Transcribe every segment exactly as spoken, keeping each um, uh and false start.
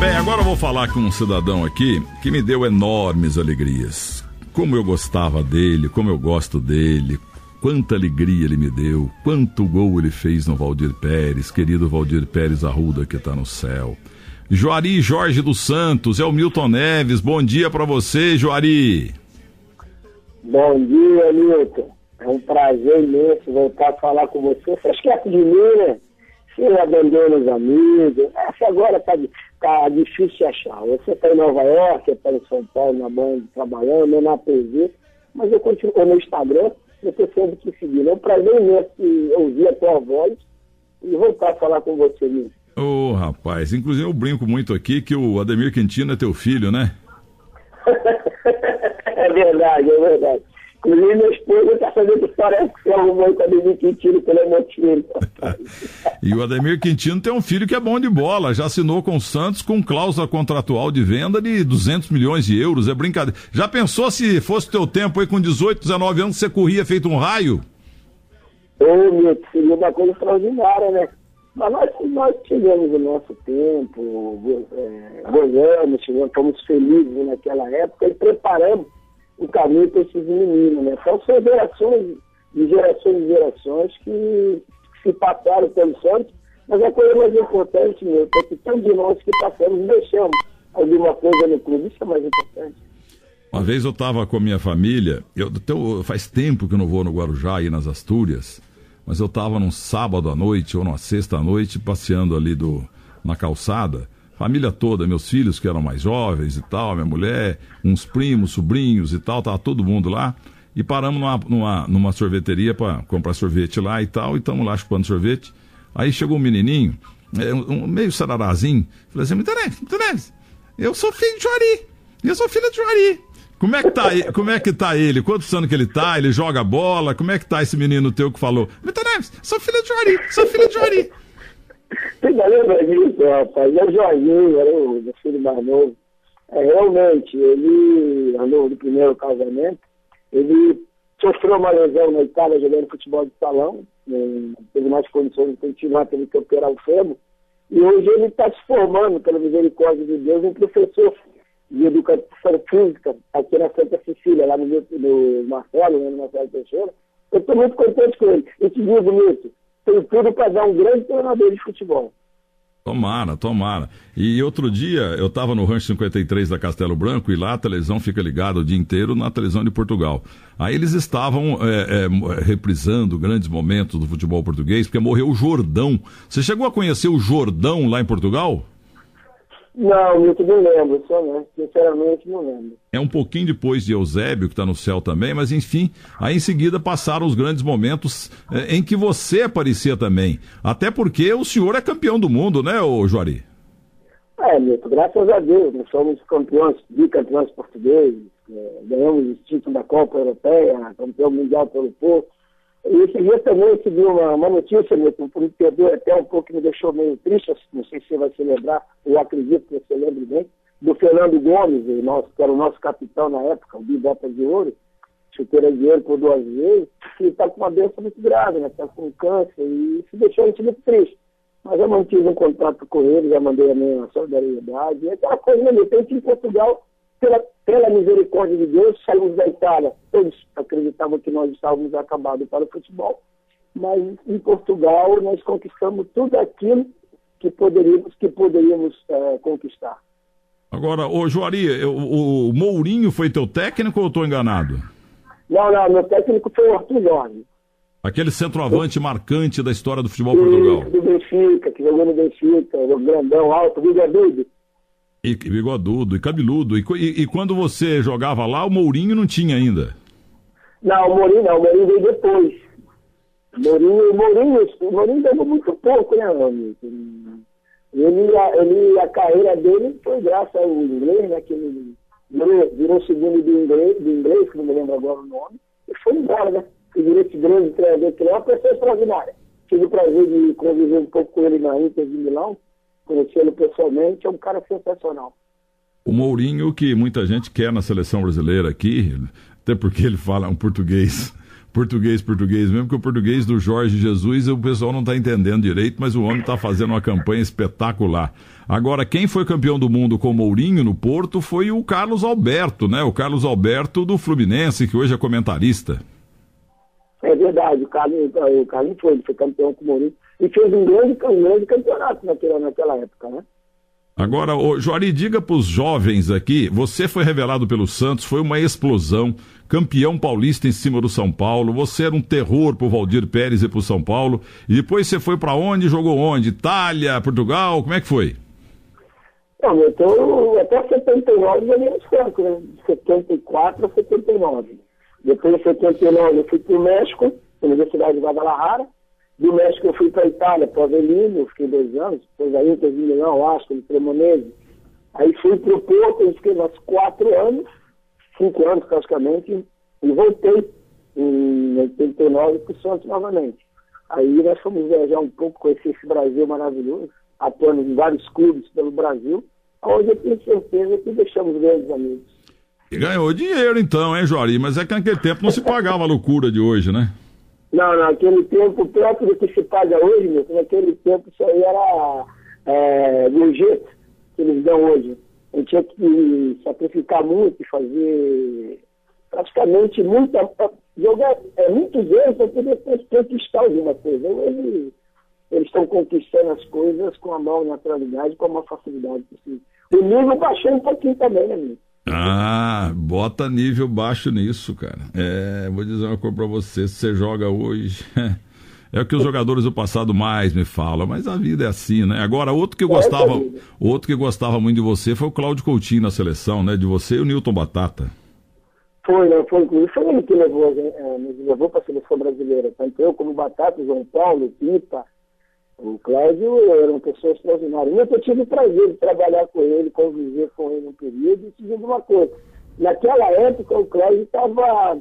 Bem, agora eu vou falar com um cidadão aqui que me deu enormes alegrias. Como eu gostava dele, como eu gosto dele, quanta alegria ele me deu, quanto gol ele fez no Valdir Pérez, querido Valdir Pérez Arruda que tá no céu. Juari Jorge dos Santos, é o Milton Neves, bom dia pra você, Juari. Bom dia, Milton. É um prazer imenso voltar a falar com você. Você esquece de mim, né? Você abandona os amigos. Essa agora tá, tá difícil de achar. Você está em Nova York, está em São Paulo, na Band, trabalhando, na T V. Mas eu continuo no Instagram, eu estou sempre te seguindo. É um prazer imenso ouvir a tua voz e voltar a falar com você, Milton. Ô, oh, rapaz, inclusive eu brinco muito aqui que o Ademir Quintino é teu filho, né? É verdade, é verdade. Inclusive, minha esposa está fazendo história que você arrumou com o Ademir Quintino, que ele é meu filho. E o Ademir Quintino tem um filho que é bom de bola, já assinou com o Santos com cláusula contratual de venda de duzentos milhões de euros, é brincadeira. Já pensou se fosse o teu tempo aí com dezoito, dezenove anos, você corria feito um raio? Ô, meu, seria uma coisa extraordinária, né? Mas nós, nós tivemos o nosso tempo, é, gozamos, tivemos, fomos felizes naquela época e preparamos o caminho para esses meninos, né? Então são gerações de gerações de gerações que se passaram pelo Santos, mas a coisa mais importante, meu, é que tantos de nós que passamos deixamos alguma coisa no clube, isso é mais importante. Uma vez eu estava com a minha família, eu, eu, faz tempo que eu não vou no Guarujá, aí nas Astúrias, mas eu estava num sábado à noite ou numa sexta à noite passeando ali do, na calçada, família toda, meus filhos que eram mais jovens e tal, minha mulher, uns primos, sobrinhos e tal, tava todo mundo lá, e paramos numa, numa, numa sorveteria para comprar sorvete lá e tal, e estamos lá chupando sorvete. Aí chegou um menininho, um, um meio sararazinho, falei assim, Milton Neves, Milton Neves, eu sou filho de Juari, eu sou filho de Juari. Como é que tá, como é que tá ele? Quantos anos que ele tá? Ele joga bola? Como é que tá esse menino teu que falou? Milton Neves, sou filho de Juari, sou filho de Juari. Você ainda lembra disso, rapaz? É o Jorginho, era o meu filho mais novo. É, realmente, ele andou no primeiro casamento, ele sofreu uma lesão na Itália jogando futebol de salão, não teve mais condições de continuar, teve que operar o fêmur, e hoje ele está se formando, pela misericórdia de Deus, um professor de educação física aqui na Santa Cecília, lá no, no Marcelo, né, no Marcelo Teixeira. Eu estou muito contente com ele. E te digo, Milton, tem tudo para dar um grande treinador de futebol. Tomara, tomara. E outro dia, eu estava no Rancho cinquenta e três da Castelo Branco e lá a televisão fica ligada o dia inteiro na televisão de Portugal. Aí eles estavam é, é, reprisando grandes momentos do futebol português, porque morreu o Jordão. Você chegou a conhecer o Jordão lá em Portugal? Não, Milton, não lembro, só não. Sinceramente, não lembro. É um pouquinho depois de Eusébio, que está no céu também, mas enfim, aí em seguida passaram os grandes momentos eh, em que você aparecia também. Até porque o senhor é campeão do mundo, né, ô Juari? É, Milton, graças a Deus, nós somos campeões, bicampeões portugueses, é, ganhamos o título da Copa Europeia, campeão mundial pelo Porto. E esse dia também eu recebi uma, uma notícia, Milton, por entender até um pouco que me deixou meio triste, não sei se você vai se lembrar, eu acredito que você lembre bem, do Fernando Gomes, nosso, que era o nosso capitão na época, o Bibota de Ouro, chuteira de ouro por duas vezes, que está com uma doença muito grave, né? Está com câncer, e isso deixou a gente muito triste. Mas eu mantive um contato com ele, já mandei a minha solidariedade, e aquela coisa, né? Eu tenho que ir em Portugal, pela, pela misericórdia de Deus, saímos da Itália, todos acreditavam que nós estávamos acabados para o futebol, mas em Portugal nós conquistamos tudo aquilo que poderíamos, que poderíamos é, conquistar. Agora, ô Juari, o, o Mourinho foi teu técnico ou eu estou enganado? Não, não, meu técnico foi o Arthur Jorge. Aquele centroavante marcante da história do futebol Portugal. Do Benfica, que jogou no Benfica, o grandão, alto, bigodudo. E, e bigodudo, e cabeludo. E, e, e quando você jogava lá, o Mourinho não tinha ainda? Não, o Mourinho não, o Mourinho veio depois. O Mourinho, o Mourinho, o Mourinho jogou muito pouco, né, meu amigo? Ele, a, ele, a carreira dele foi graças ao inglês, né, que ele virou, virou segundo do inglês, do inglês, que não me lembro agora o nome, e foi embora, né? E virou esse grande treinador, que é uma pessoa extraordinária. Tive o prazer de conviver um pouco com ele na Inter de Milão, conhecê-lo pessoalmente, é um cara sensacional. O Mourinho, que muita gente quer na seleção brasileira aqui, até porque ele fala um português Português, português mesmo, que o português do Jorge Jesus o pessoal não está entendendo direito, mas o homem está fazendo uma campanha espetacular. Agora, quem foi campeão do mundo com o Mourinho no Porto foi o Carlos Alberto, né? O Carlos Alberto do Fluminense, que hoje é comentarista. É verdade, o Carlos, o Carlos foi, ele foi campeão com o Mourinho e fez um grande, um grande campeonato naquela, naquela época, né? Agora, ô, Juari, diga para os jovens aqui, você foi revelado pelo Santos, foi uma explosão, campeão paulista em cima do São Paulo, você era um terror pro Valdir Pérez e pro São Paulo, e depois você foi para onde, jogou onde? Itália, Portugal, como é que foi? Não, eu tô, até setenta e nove joguei no Santos, né? De setenta e quatro a setenta e nove. Depois de setenta e nove eu fui pro México, Universidade de Guadalajara. Do México eu fui para a Itália, para o Avelino, eu fiquei dois anos, depois a Inter de Milão, Ascoli, Cremonese. Aí fui para o Porto, eu fiquei mais quatro anos, cinco anos praticamente, e voltei em oitenta e nove para o Santos novamente. Aí nós fomos viajar um pouco, conhecer esse Brasil maravilhoso, atuando em vários clubes pelo Brasil, onde eu tenho certeza que deixamos grandes amigos. E ganhou dinheiro então, hein, Juari? Mas é que naquele tempo não se pagava a loucura de hoje, né? Não, naquele tempo, perto do que se paga hoje, meu, naquele tempo isso aí era é, gorjeta que eles dão hoje. A gente tinha que sacrificar muito e fazer praticamente muita, jogar é, muitos anos para poder conquistar alguma coisa. Hoje eles estão conquistando as coisas com a maior naturalidade, com a maior facilidade possível. O nível baixou um pouquinho também, né, meu? Ah, bota nível baixo nisso, cara. É, vou dizer uma coisa pra você, se você joga hoje, é o que os jogadores do passado mais me falam, mas a vida é assim, né? Agora, outro que eu gostava, outro que gostava muito de você foi o Cláudio Coutinho na seleção, né? De você e o Newton Batata. Foi, né? Foi, foi ele que levou, é, nos levou pra seleção brasileira, tanto eu como o Batata, o João Paulo, o Pipa. O Cláudio era uma pessoa extraordinária. Eu tive o prazer de trabalhar com ele, conviver com ele um período, e te digo uma coisa. Naquela época, o Cláudio estava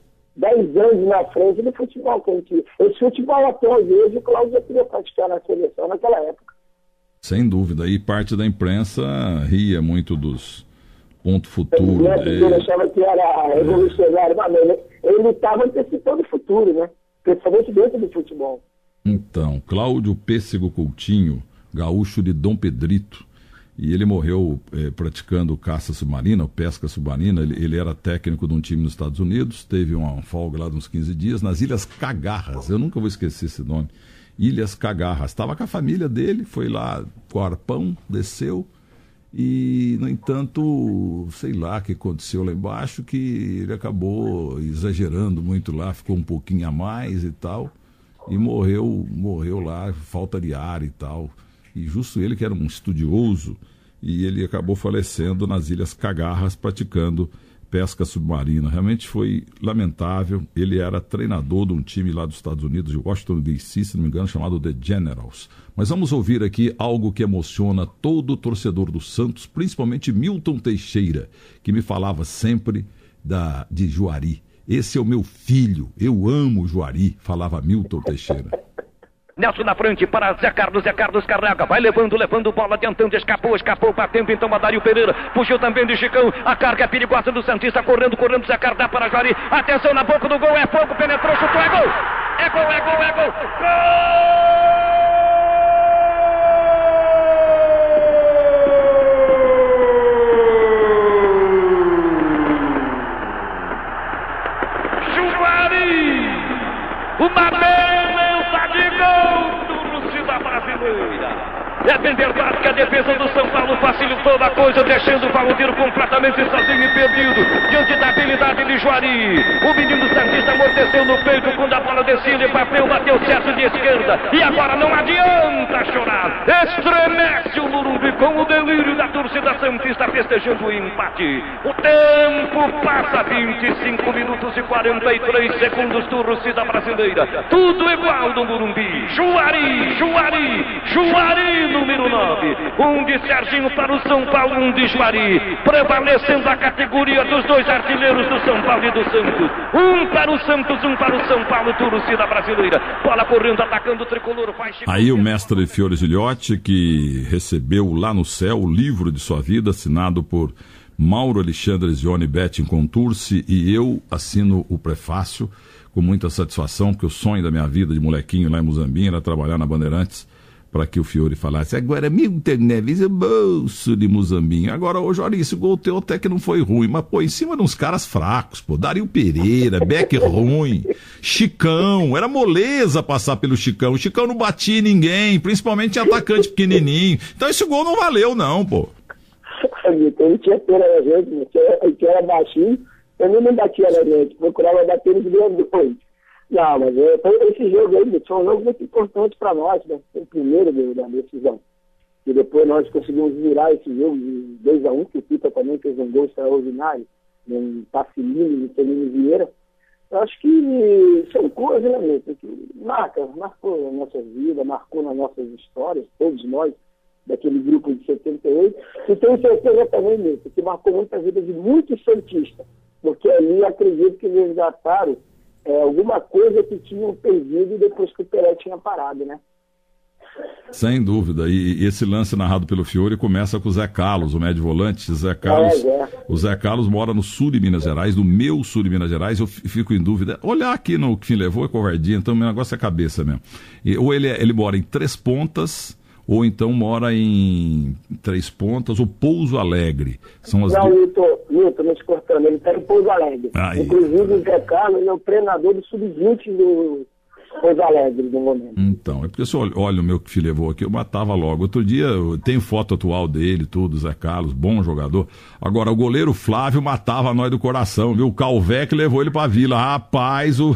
dez anos na frente do futebol que a gente... Esse futebol até hoje, o Cláudio já queria praticar na seleção naquela época. Sem dúvida. E parte da imprensa ria muito dos pontos futuros. Ele é... achava que era revolucionário, mas ele estava antecipando o futuro, né? Principalmente dentro do futebol. Então, Cláudio Pêssego Coutinho, gaúcho de Dom Pedrito, e ele morreu eh, praticando caça submarina, ou pesca submarina. Ele, ele era técnico de um time nos Estados Unidos, teve uma folga lá de uns quinze dias, nas Ilhas Cagarras, eu nunca vou esquecer esse nome, Ilhas Cagarras. Estava com a família dele, foi lá com o arpão, desceu, e, no entanto, sei lá o que aconteceu lá embaixo, que ele acabou exagerando muito lá, ficou um pouquinho a mais e tal, e morreu, morreu lá, falta de ar e tal. E justo ele, que era um estudioso, e ele acabou falecendo nas Ilhas Cagarras, praticando pesca submarina. Realmente foi lamentável. Ele era treinador de um time lá dos Estados Unidos, de Washington D C, se não me engano, chamado The Generals. Mas vamos ouvir aqui algo que emociona todo torcedor do Santos, principalmente Milton Teixeira, que me falava sempre da, de Juari. Esse é o meu filho, eu amo Juari, falava Milton Teixeira. Nelson na frente para Zé Carlos, Zé Carlos carrega, vai levando, levando bola, tentando, escapou, escapou, batendo então a Dário Pereira, fugiu também de Chicão, a carga é perigosa do Santista, correndo, correndo, Zé Carlos dá para Juari, atenção na boca do gol, é fogo, penetrou, chutou, é gol, é gol, é gol, é gol, gol! Uma beleza de gol do torcida brasileira. É bem verdade que a defesa do São Paulo facilitou a coisa, deixando o Valdir completamente sozinho e perdido diante da habilidade de Juari. O menino santista amorteceu no peito quando a bola descia, ele bateu, bateu certo de esquerda. E agora não adianta chorar. Estremece o Morumbi com o delírio da torcida santista festejando o empate. O tempo passa, vinte e cinco minutos e quarenta e três segundos, torcida brasileira. Tudo igual no Morumbi. Juari, Juari, Juari número nove. Um de Serginho para o São Paulo, um de Juari. Prevalecendo a categoria dos dois artilheiros do São Paulo e do Santos. Um para o Santos, um para o São Paulo, torcida brasileira. Bola correndo, atacando o tricolor. Faz... Aí o mestre Fiore Gilhote, que recebeu lá no céu o livro de sua vida, assinado por Mauro Alexandre Zione Betting Contursi, e eu assino o prefácio, com muita satisfação, porque o sonho da minha vida de molequinho lá em Muzambinho era trabalhar na Bandeirantes, para que o Fiore falasse, agora Milton Neves é bolso de Muzambinho. Agora, ô Juari, esse gol teu até que não foi ruim, mas pô, em cima de uns caras fracos, pô, Dario Pereira, Beck ruim, Chicão, era moleza passar pelo Chicão, o Chicão não batia em ninguém, principalmente em atacante pequenininho, então esse gol não valeu não, pô. Ele tinha pena da gente, ele que era baixinho, também não batia na gente, procurava bater nos grandões. Não, mas é, foi esse jogo aí, foi um jogo muito importante para nós, né? Foi o primeiro da decisão. E depois nós conseguimos virar esse jogo de dois a um, que o Pita também fez um gol extraordinário, um passe lindo de Celino Vieira. Eu acho que são coisas, né, mesmo, que marca, marcou na nossa vida, marcou nas nossas histórias, todos nós, daquele grupo de setenta e oito, e tenho certeza também, mesmo, que marcou muita vida de muitos santistas, porque ali acredito que resgataram É, alguma coisa que tinham perdido depois que o Pelé tinha parado, né? Sem dúvida, e, e esse lance narrado pelo Fiore começa com o Zé Carlos, o médio volante. Zé Carlos, é, é. O Zé Carlos mora no sul de Minas Gerais, no meu sul de Minas Gerais. Eu fico em dúvida, olhar aqui no que levou é covardia, então o meu negócio é cabeça mesmo. E, ou ele, ele mora em Três Pontas, ou então mora em Três Pontas ou Pouso Alegre. São as não, du... Milton, Milton, me cortando, ele está em Pouso Alegre. Aí. Inclusive o Zé Carlos, ele é o treinador do sub vinte do Pouso Alegre no momento. Então, é porque se olha, olha o meu que filho levou aqui, eu matava logo. Outro dia, eu tenho foto atual dele, tudo, Zé Carlos, bom jogador. Agora, o goleiro Flávio matava nós do coração, viu? O Calvec levou ele pra vila. Rapaz, o...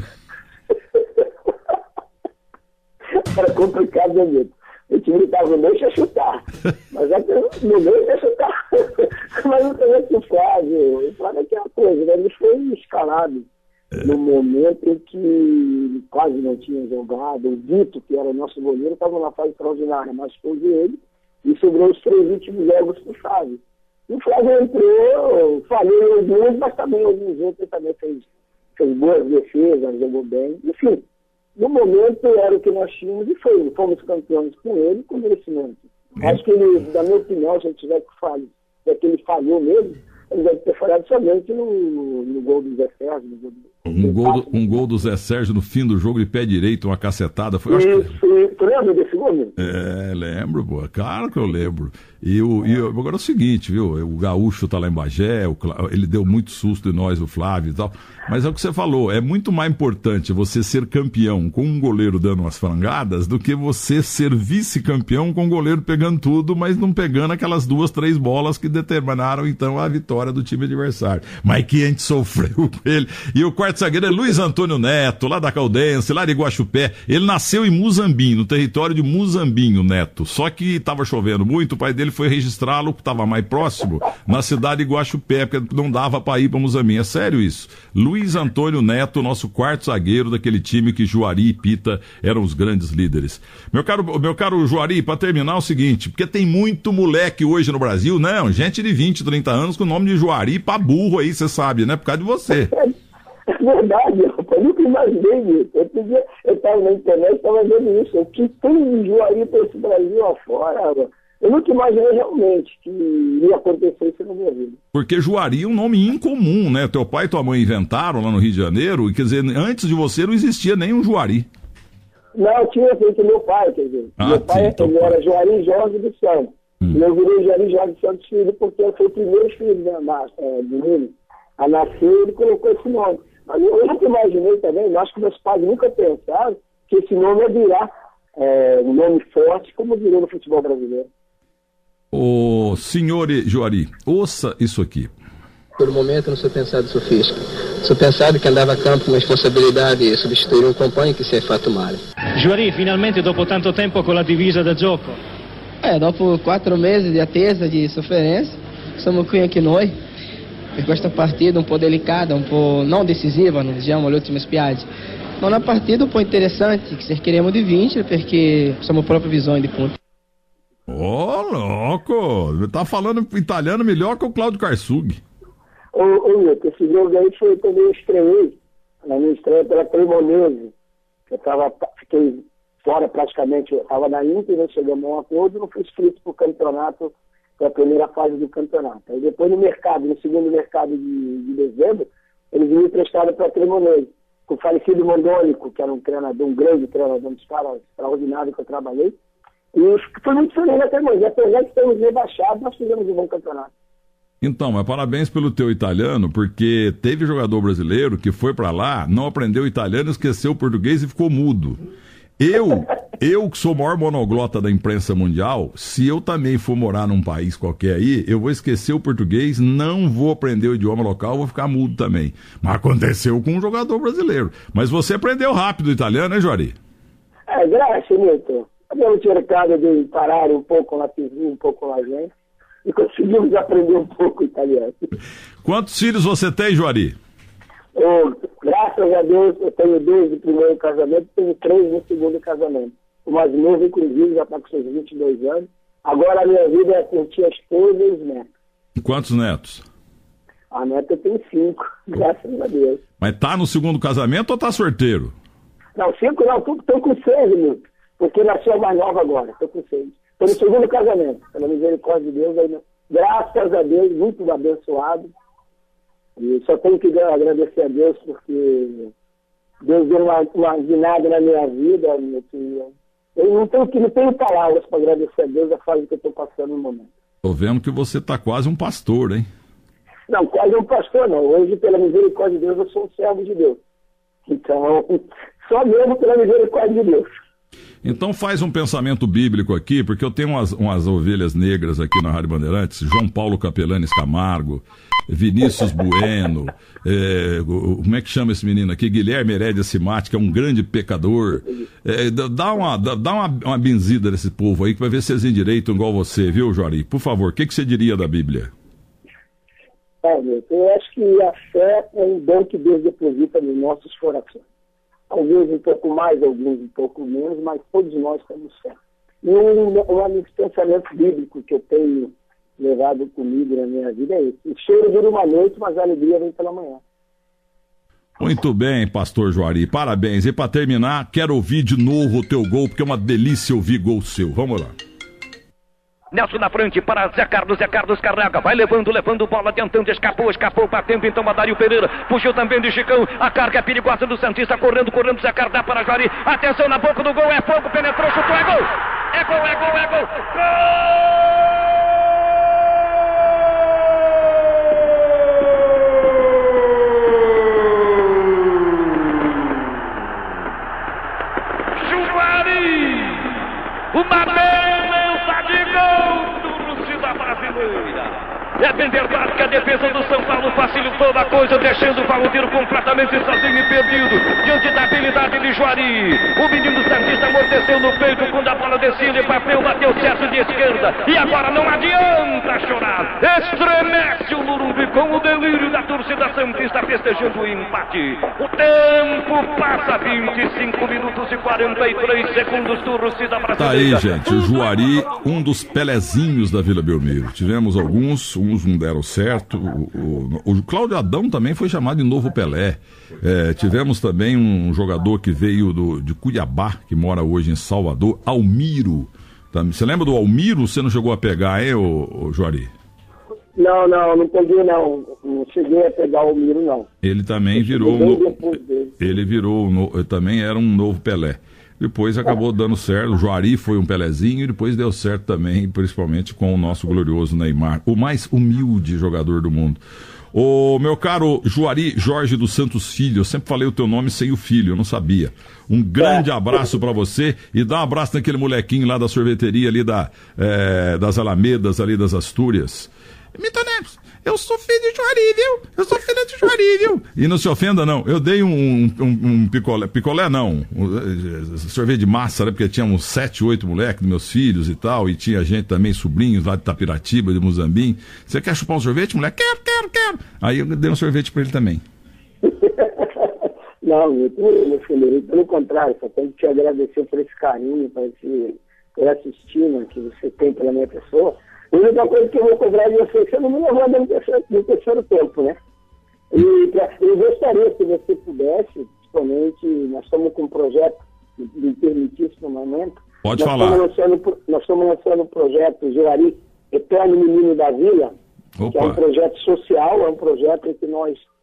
Era complicado, né, Milton? O time estava no deixa chutar. Mas é que no meio deixa chutar. Mas não tem que o Flávio. O Flávio é aquela coisa, né? Ele foi escalado é. no momento em que quase não tinha jogado. O Vitor, que era o nosso goleiro, estava numa fase extraordinária, mas foi ele e sobrou os três últimos jogos para o Flávio. E o Flávio entrou, falhou em alguns, mas também alguns outros ele também fez, fez boas defesas, jogou bem. Enfim. No momento era o que nós tínhamos e foi, fomos campeões com ele, com merecimento. É. Acho que ele, na minha opinião, se ele tiver que falhar, se é que ele falhou mesmo, ele deve ter falhado somente no, no gol do Zé Sérgio. No gol do, um, gol do, um gol do Zé Sérgio no fim do jogo de pé direito, uma cacetada. Foi, Isso, acho que... tu lembra desse gol, meu? É, lembro, pô. Claro que eu lembro. E, o, e agora é o seguinte, viu? O Gaúcho tá lá em Bagé, o, ele deu muito susto em nós, o Flávio e tal. Mas é o que você falou, é muito mais importante você ser campeão com um goleiro dando umas frangadas do que você ser vice-campeão com um goleiro pegando tudo, mas não pegando aquelas duas, três bolas que determinaram então a vitória do time adversário. Mas que a gente sofreu com ele. E o quarto zagueiro é Luiz Antônio Neto, lá da Caldense, lá de Guaxupé. Ele nasceu em Muzambinho, no território de Muzambinho, Neto. Só que estava chovendo muito, o pai dele foi registrá-lo, que estava mais próximo, na cidade de Guaxupé, porque não dava para ir para Muzambinho. É sério isso. Luiz Antônio Neto, nosso quarto zagueiro daquele time que Juari e Pita eram os grandes líderes. Meu caro, meu caro Juari, para terminar é o seguinte, porque tem muito moleque hoje no Brasil, não, gente de vinte, trinta anos com o nome de Juari pra burro aí, você sabe, né? Por causa de você. É verdade, eu nunca imaginei isso. Eu estava na internet e estava vendo isso. O que tem de Juari para esse Brasil afora, eu nunca imaginei realmente que ia acontecer isso na minha vida. Porque Juari é um nome incomum, né? Teu pai e tua mãe inventaram lá no Rio de Janeiro, e quer dizer, antes de você não existia nem um Juari. Não, tinha feito meu pai, quer dizer. Ah, meu pai, sim, ele era Juari Jorge dos Santos. Hum. E eu virei Juari Jorge dos Santos filho, porque eu fui o primeiro filho da, é, do menino a nascer, ele colocou esse nome. Mas eu nunca imaginei também, eu acho que meus pais nunca pensaram que esse nome ia virar é, um nome forte, como virou no futebol brasileiro. Ô, senhor Juari, ouça isso aqui. Por um momento não sou pensado sofista. Sou pensado que andava a campo com responsabilidade e substituir um companheiro que si è fatto male. Juari, finalmente dopo tanto tempo con la divisa da gioco. É, dopo quattro mesi di attesa, di sofferenza, siamo qui anche noi. Per questa partita un po' delicata, un po' non decisiva, non diciamo le ultime spiagge. Ma una partita un po' interessante, che cercheremo di vincere perché siamo proprio bisogno di punti. Ô, oh, louco! Tá falando italiano melhor que o Cláudio Karsug. Ô, ô, Milton, esse jogo aí foi quando eu estreiei, na minha estreia pela Cremonese. Eu tava, fiquei fora praticamente, eu estava na Inter, nós chegamos a um acordo, não fui inscrito para o campeonato, para a primeira fase do campeonato. Aí depois no mercado, no segundo mercado de, de dezembro, eles me emprestaram para a Cremonese. com o falecido Mondônico, que era um treinador, um grande treinador, um dos caras extraordinários que eu trabalhei. E foi muito feliz até hoje. Apesar de termos rebaixado, nós fizemos um bom campeonato. Então, mas parabéns pelo teu italiano, porque teve jogador brasileiro que foi pra lá, não aprendeu italiano, esqueceu o português e ficou mudo. Eu, eu que sou o maior monoglota da imprensa mundial, se eu também for morar num país qualquer aí, eu vou esquecer o português, não vou aprender o idioma local, vou ficar mudo também. Mas aconteceu com um jogador brasileiro. Mas você aprendeu rápido o italiano, né, Juari? É, graças, Milton. Abbiamo cercato di imparare un po' con la tivù, un po' con la gente, e conseguimos aprender um pouco italiano. Quantos filhos você tem, Juari? Oh, graças a Deus, eu tenho dois do primeiro casamento e tenho três no segundo casamento. O mais novo, inclusive, já está com seus vinte e dois anos. Agora a minha vida é curtir a esposa e os netos. Quantos netos? A neta tem cinco, graças a Deus. Mas tá no segundo casamento ou tá solteiro? Não, cinco não, estou com seis, Milton. Porque nasceu a mais nova agora, estou com seis. Estou no segundo casamento, pela misericórdia de Deus, aí, graças a Deus, muito abençoado. E só tenho que agradecer a Deus, porque Deus deu uma, uma guinada na minha vida. Eu não tenho, não tenho palavras para agradecer a Deus a fase que eu estou passando no momento. Estou vendo que você está quase um pastor, hein? Não, quase um pastor não. Hoje, pela misericórdia de Deus, eu sou um servo de Deus. Então, só mesmo pela misericórdia de Deus. Então faz um pensamento bíblico aqui, porque eu tenho umas, umas ovelhas negras aqui na Rádio Bandeirantes, João Paulo Capelanes Camargo, Vinícius Bueno, é, como é que chama esse menino aqui? Guilherme Herédia Simati, que é um grande pecador. É, dá uma, dá uma, uma benzida nesse povo aí, que vai ver se eles endireitam igual você, viu, Juari? Por favor, o que, que você diria da Bíblia? É, eu acho que a fé é um dom que Deus deposita nos nossos corações. Talvez um pouco mais, alguns um pouco menos, mas todos nós temos fé. E um, um pensamento bíblico que eu tenho levado comigo na minha vida é esse: o choro dura uma noite, mas a alegria vem pela manhã. Muito bem, pastor Juari, parabéns. E para terminar, quero ouvir de novo o teu gol, porque é uma delícia ouvir gol seu. Vamos lá. Nelson na frente para Zé Carlos, Zé Carlos carrega, vai levando, levando bola, tentando, escapou, escapou, batendo então a Dário Pereira, fugiu também de Chicão, a carga é perigosa do Santista, correndo, correndo, Zé Carlos dá para Juari, atenção na boca do gol, é fogo, penetrou, chutou, é gol, é gol, é gol, é gol, gol! Juari, uma beleza de gol do torcida brasileira. É bem verdade que a defesa do São Paulo facilitou a coisa, deixando o Valdir completamente sozinho e perdido, diante da habilidade de Juari. O menino santista amorteceu no peito quando a bola descia, ele bateu, bateu certo de esquerda, e agora não adianta chorar. Estremece o Morumbi com o delírio da torcida santista festejando o empate. O tempo passa, vinte e cinco minutos e quarenta e três segundos, torcida brasileira. Tá aí, gente, o Juari, um dos Pelezinhos da Vila Belmiro. Tivemos alguns, uns não deram certo. O, o, o Cláudio Adão também foi chamado de novo Pelé. É, tivemos também um jogador que veio do, de Cuiabá, que mora hoje em Salvador, Almiro. Você lembra do Almiro? Você não chegou a pegar, hein, ô, ô, Juari? Não, não, não peguei não. Não cheguei a pegar o Almiro, não. Ele também virou... No, ele virou, no, também era um novo Pelé. Depois acabou dando certo, o Juari foi um Pelezinho e depois deu certo também, principalmente com o nosso glorioso Neymar, o mais humilde jogador do mundo. Ô, meu caro Juari Jorge dos Santos Filho, eu sempre falei o teu nome sem o filho, eu não sabia. Um grande abraço pra você e dá um abraço naquele molequinho lá da sorveteria ali da, é, das Alamedas, ali das Astúrias. Milton Neves, eu sou filho de Juari, viu? Eu sou filho de Juari, viu? E não se ofenda, não. Eu dei um, um, um picolé, picolé não, um, sorvete de massa, né? Porque tinha uns sete, oito moleques, meus filhos e tal, e tinha gente também, sobrinhos lá de Tapiratiba, de Muzambim. Você quer chupar um sorvete, moleque? Quero, quero, quero. Aí eu dei um sorvete pra ele também. Não, meu filho, pelo contrário, só tenho que te agradecer por esse carinho, por, esse, por essa estima que você tem pela minha pessoa. A única coisa que eu vou cobrar de você é que você não me levou no terceiro, no terceiro tempo, né? E pra, eu gostaria que você pudesse, principalmente, nós estamos com um projeto de intermitíssimo momento. Pode nós falar. Estamos lançando, nós estamos lançando um projeto Juari Eterno Menino da Vila, Opa. que é um projeto social, é um projeto em que nós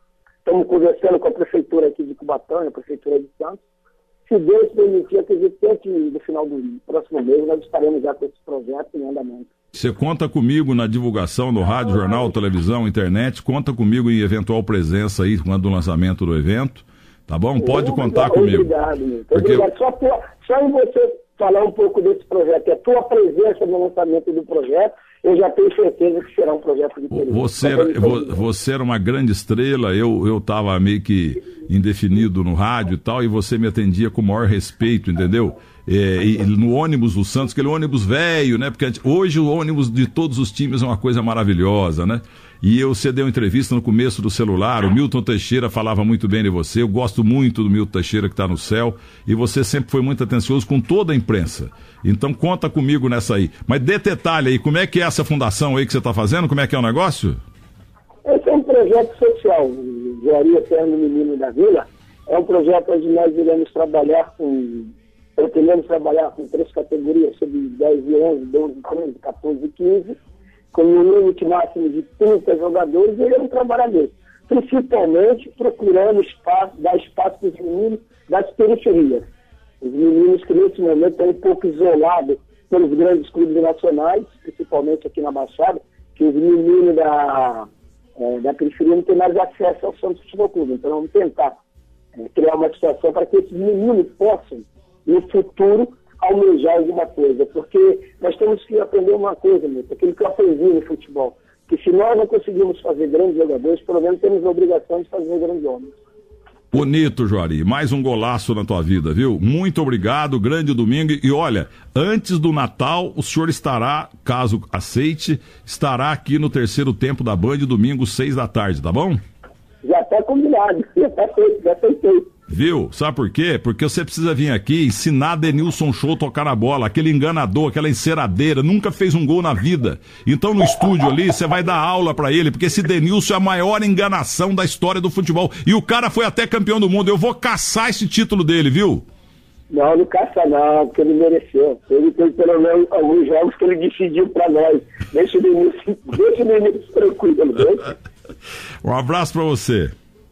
Estamos conversando com a prefeitura aqui de Cubatão, a prefeitura de Santos. Se Deus permitir, acredito que antes do final do próximo mês nós estaremos já com esse projeto em andamento. Você conta comigo na divulgação no rádio, jornal, televisão, internet, conta comigo em eventual presença aí quando do lançamento do evento, tá bom? Pode Muito contar obrigado, comigo. Obrigado, meu. Porque... obrigado. Só, tua, só em você falar um pouco desse projeto, a tua presença no lançamento do projeto, eu já tenho certeza que será um projeto de perigo. Você era, você era uma grande estrela, eu eu estava meio que indefinido no rádio e tal, e você me atendia com o maior respeito, entendeu? É, e no ônibus do Santos, aquele ônibus velho, né? Porque hoje o ônibus de todos os times é uma coisa maravilhosa, né? E eu, você deu entrevista no começo do celular, o Milton Teixeira falava muito bem de você, eu gosto muito do Milton Teixeira que está no céu, e você sempre foi muito atencioso com toda a imprensa. Então conta comigo nessa aí. Mas dê detalhe aí, como é que é essa fundação aí que você está fazendo? Como é que é o negócio? Esse é um projeto social, o Joari Eterno Menino da Vila. É um projeto onde nós iremos trabalhar com, pretendemos trabalhar com três categorias, sobre dez e onze, doze, treze, quatorze e quinze, com um limite máximo de trinta jogadores, e iremos trabalhar nisso. Principalmente procurando espaço, dar espaço para os meninos das periferias. Os meninos que nesse momento estão um pouco isolados pelos grandes clubes nacionais, principalmente aqui na Baixada, que os meninos da, é, da periferia não têm mais acesso ao Santos Futebol Clube. Então vamos tentar é, criar uma situação para que esses meninos possam, no futuro, almejar alguma coisa. Porque nós temos que aprender uma coisa, meu, aquilo que eu aprendi no futebol, que se nós não conseguimos fazer grandes jogadores, pelo menos temos a obrigação de fazer grandes homens. Bonito, Joari. Mais um golaço na tua vida, viu? Muito obrigado, grande domingo. E olha, antes do Natal, o senhor estará, caso aceite, estará aqui no terceiro tempo da Band, domingo, seis da tarde, tá bom? Já está combinado, já está feito, já aceitei. Viu? Sabe por quê? Porque você precisa vir aqui ensinar Denilson Show a tocar na bola, aquele enganador, aquela enceradeira, nunca fez um gol na vida. Então no estúdio ali, você vai dar aula pra ele, porque esse Denilson é a maior enganação da história do futebol. E o cara foi até campeão do mundo, eu vou caçar esse título dele, viu? Não, não caça não, porque ele mereceu. Ele tem pelo menos alguns jogos que ele decidiu pra nós. Deixa o Denilson, deixa o Denilson tranquilo, né? Um abraço pra você.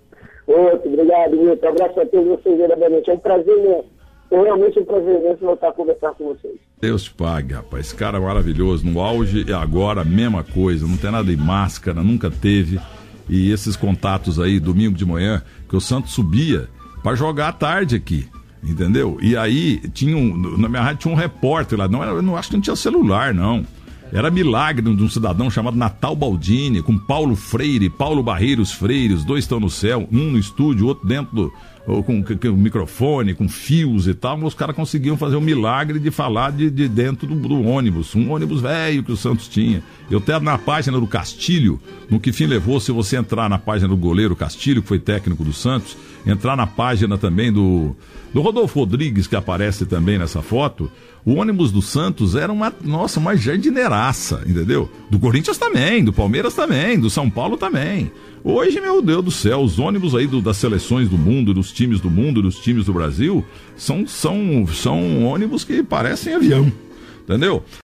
Outro, obrigado, Milton. Um abraço a todos vocês, verdadeiramente. É um prazer mesmo. É realmente um prazer mesmo voltar a conversar com vocês. Deus te pague, rapaz. Esse cara é maravilhoso. No auge e agora, mesma coisa. Não tem nada de máscara, nunca teve. E esses contatos aí, domingo de manhã, que o Santos subia pra jogar à tarde aqui. Entendeu? E aí, tinha um, na minha rádio tinha um repórter lá. Não, eu não acho que não tinha celular, não. Era milagre de um cidadão chamado Natal Baldini, com Paulo Freire, Paulo Barreiros Freire, os dois estão no céu, um no estúdio, outro dentro do, com, com, com microfone, com fios e tal, mas os caras conseguiam fazer o milagre de falar de, de dentro do, do ônibus, um ônibus velho que o Santos tinha. Eu até na página do Castilho, no que fim levou, se você entrar na página do goleiro Castilho, que foi técnico do Santos, entrar na página também do, do Rodolfo Rodrigues, que aparece também nessa foto, o ônibus do Santos era uma, nossa, uma jardineiraça, entendeu? Do Corinthians também, do Palmeiras também, do São Paulo também. Hoje, meu Deus do céu, os ônibus aí do, das seleções do mundo, dos times do mundo, dos times do Brasil, são, são, são ônibus que parecem avião, entendeu?